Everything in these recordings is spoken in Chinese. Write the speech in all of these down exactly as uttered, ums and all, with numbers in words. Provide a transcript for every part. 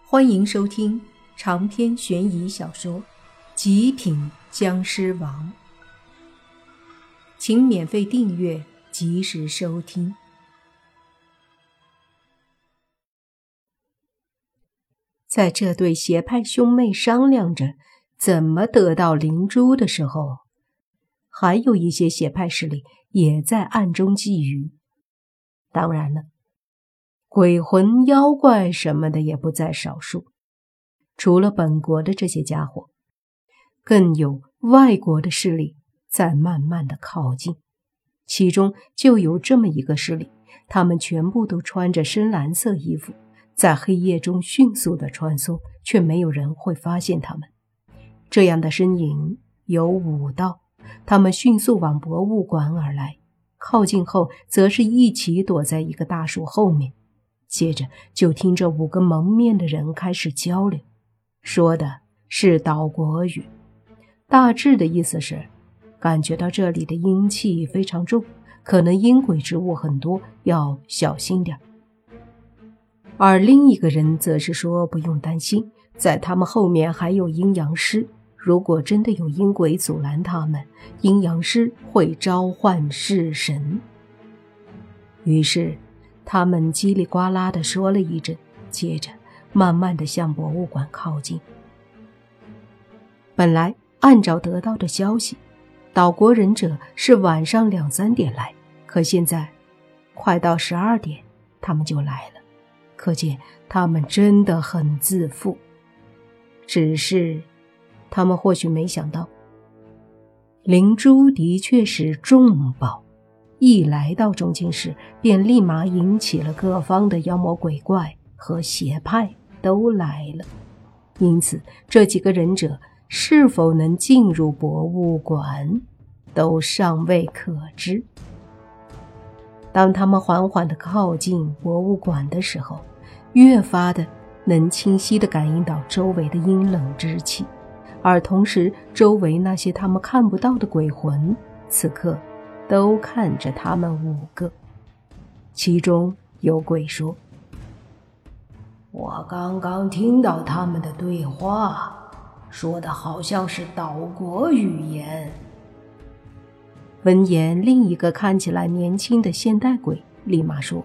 欢迎收听长篇悬疑小说《极品僵尸王》，请免费订阅，及时收听。在这对邪派兄妹商量着怎么得到灵珠的时候，还有一些邪派势力也在暗中觊觎。当然了，鬼魂妖怪什么的也不在少数。除了本国的这些家伙，更有外国的势力在慢慢的靠近。其中就有这么一个势力，他们全部都穿着深蓝色衣服，在黑夜中迅速的穿梭，却没有人会发现他们。这样的身影有五道，他们迅速往博物馆而来，靠近后则是一起躲在一个大树后面。接着就听着五个蒙面的人开始交流，说的是岛国语，大致的意思是感觉到这里的阴气非常重，可能阴鬼之物很多，要小心点。而另一个人则是说不用担心，在他们后面还有阴阳师，如果真的有阴鬼阻拦他们，阴阳师会召唤式神。于是他们叽里呱啦地说了一阵，接着慢慢地向博物馆靠近。本来按照得到的消息，岛国忍者是晚上两三点来，可现在快到十二点，他们就来了，可见他们真的很自负。只是他们或许没想到，灵珠的确是重宝，一来到中京市，便立马引起了各方的妖魔鬼怪和邪派都来了。因此这几个忍者是否能进入博物馆都尚未可知。当他们缓缓地靠近博物馆的时候，越发的能清晰地感应到周围的阴冷之气，而同时周围那些他们看不到的鬼魂此刻都看着他们五个。其中有鬼说，我刚刚听到他们的对话，说的好像是岛国语言。闻言，另一个看起来年轻的现代鬼立马说，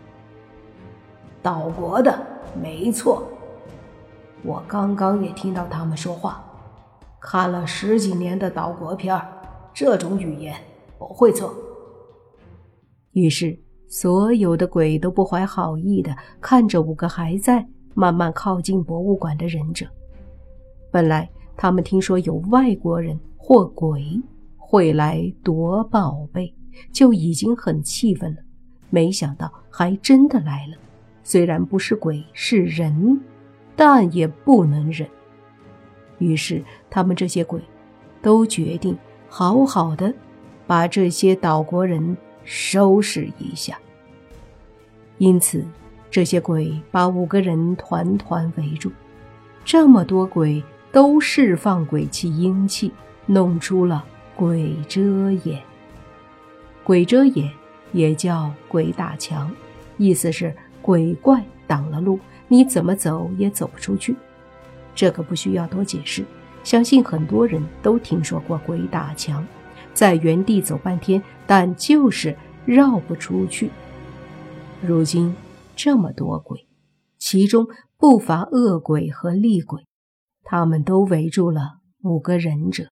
岛国的，没错，我刚刚也听到他们说话，看了十几年的岛国片，这种语言不会错。于是所有的鬼都不怀好意地看着五个还在慢慢靠近博物馆的忍者。本来他们听说有外国人或鬼会来夺宝贝，就已经很气愤了，没想到还真的来了。虽然不是鬼是人，但也不能忍。于是他们这些鬼都决定好好的把这些岛国人收拾一下。因此这些鬼把五个人团团围住，这么多鬼都释放鬼气阴气，弄出了鬼遮眼。鬼遮眼也叫鬼打墙，意思是鬼怪挡了路，你怎么走也走不出去。这个不需要多解释，相信很多人都听说过鬼打墙，在原地走半天，但就是绕不出去。如今这么多鬼，其中不乏恶鬼和厉鬼，他们都围住了五个忍者。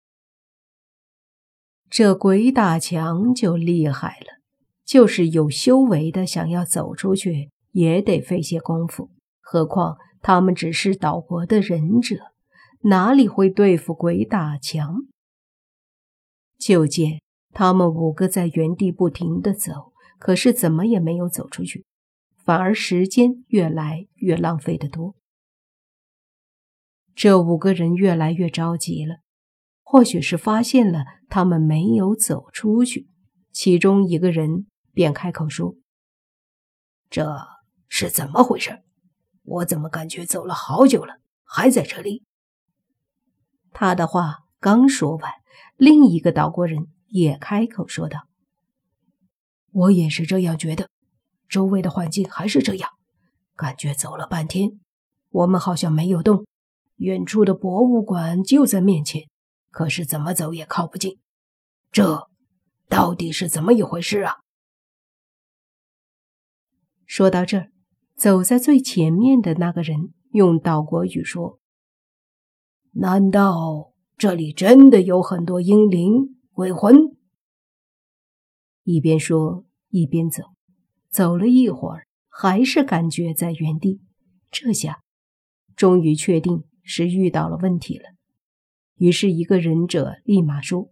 这鬼打墙就厉害了，就是有修为的想要走出去也得费些功夫，何况他们只是岛国的忍者，哪里会对付鬼打墙？就见他们五个在原地不停地走，可是怎么也没有走出去，反而时间越来越浪费得多。这五个人越来越着急了，或许是发现了他们没有走出去，其中一个人便开口说，这是怎么回事？我怎么感觉走了好久了，还在这里？他的话刚说完，另一个岛国人也开口说道，我也是这样觉得，周围的环境还是这样，感觉走了半天， 我们好像没有动，远处的博物馆就在面前，可是怎么走也靠不近，这到底是怎么一回事啊？说到这儿，走在最前面的那个人用岛国语说：难道这里真的有很多阴灵、鬼魂？一边说一边走，走了一会儿，还是感觉在原地。这下终于确定是遇到了问题了。于是一个忍者立马说：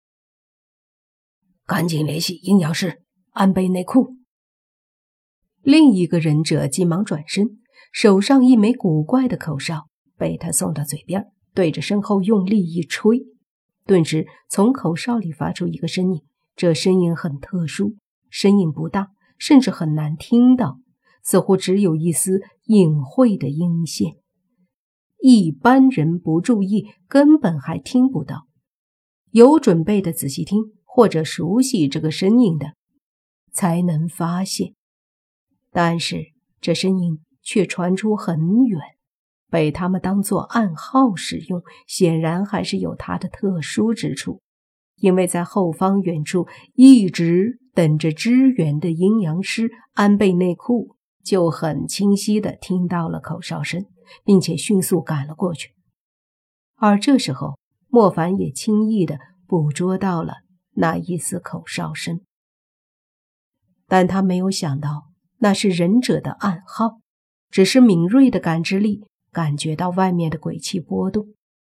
赶紧联系阴阳师安倍内库。另一个忍者急忙转身，手上一枚古怪的口哨被他送到嘴边，对着身后用力一吹，顿时从口哨里发出一个声音，这声音很特殊，声音不大，甚至很难听到，似乎只有一丝隐晦的音线，一般人不注意根本还听不到。有准备的仔细听或者熟悉这个声音的才能发现，但是这声音却传出很远，被他们当作暗号使用，显然还是有它的特殊之处。因为在后方远处一直等着支援的阴阳师安倍内库就很清晰地听到了口哨声，并且迅速赶了过去。而这时候莫凡也轻易地捕捉到了那一丝口哨声，但他没有想到那是忍者的暗号，只是敏锐的感知力感觉到外面的鬼气波动。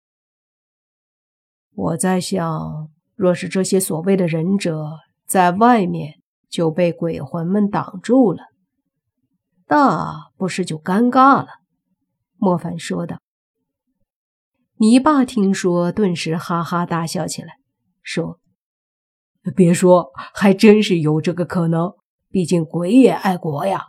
我在想，若是这些所谓的忍者在外面就被鬼魂们挡住了，那不是就尴尬了？莫凡说道。泥巴听说，顿时哈哈大笑起来，说：别说，还真是有这个可能，毕竟鬼也爱国呀。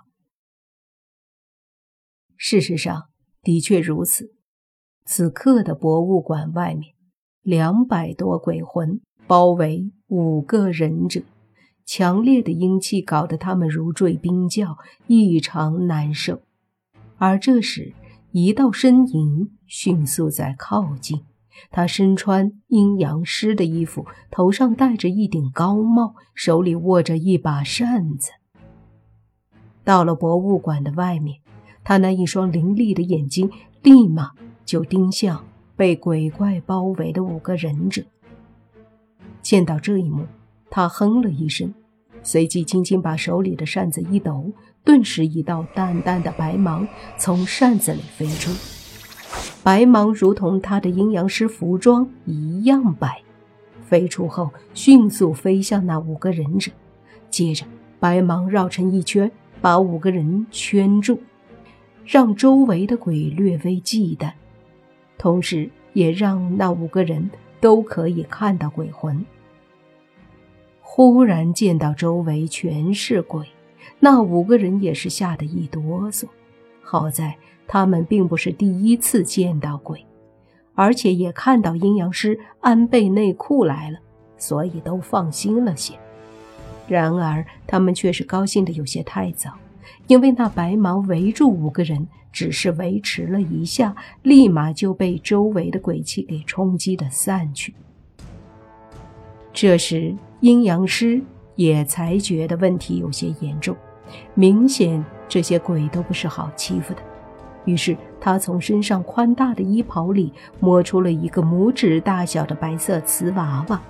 事实上的确如此，此刻的博物馆外面，两百多鬼魂包围五个忍者，强烈的阴气搞得他们如坠冰窖，异常难受。而这时一道身影迅速在靠近，他身穿阴阳师的衣服，头上戴着一顶高帽，手里握着一把扇子。到了博物馆的外面，他那一双凌厉的眼睛立马就盯向被鬼怪包围的五个忍者。见到这一幕，他哼了一声，随即轻轻把手里的扇子一抖，顿时一道淡淡的白芒从扇子里飞出，白芒如同他的阴阳师服装一样白，飞出后迅速飞向那五个忍者，接着白芒绕成一圈，把五个人圈住，让周围的鬼略微忌惮，同时也让那五个人都可以看到鬼魂。忽然见到周围全是鬼，那五个人也是吓得一哆嗦。好在他们并不是第一次见到鬼，而且也看到阴阳师安倍内库来了，所以都放心了些。然而他们却是高兴的有些太早，因为那白芒围住五个人只是维持了一下，立马就被周围的鬼气给冲击的散去。这时阴阳师也才觉得问题有些严重，明显这些鬼都不是好欺负的。于是他从身上宽大的衣袍里摸出了一个拇指大小的白色瓷娃娃。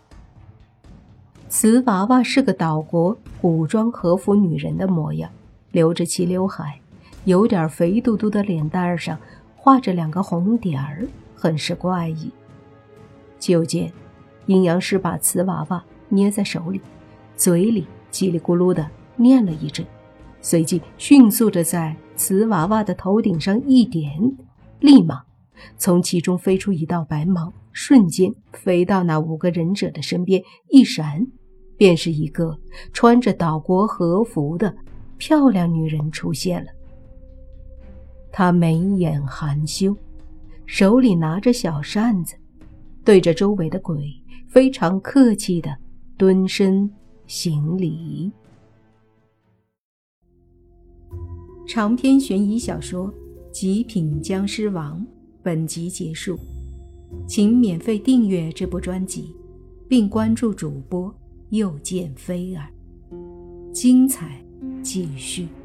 瓷娃娃是个岛国古装和服女人的模样，留着齐刘海，有点肥嘟嘟的脸蛋上画着两个红点儿，很是怪异。就见阴阳师把瓷娃娃捏在手里，嘴里叽里咕噜地念了一阵，随即迅速地在瓷娃娃的头顶上一点，立马从其中飞出一道白芒，瞬间飞到那五个忍者的身边，一闪便是一个穿着岛国和服的漂亮女人出现了。她眉眼含羞，手里拿着小扇子，对着周围的鬼非常客气地蹲身行礼。长篇悬疑小说《 极品僵尸王本集结束，请免费订阅这部专辑，并关注主播又见菲儿，精彩继续。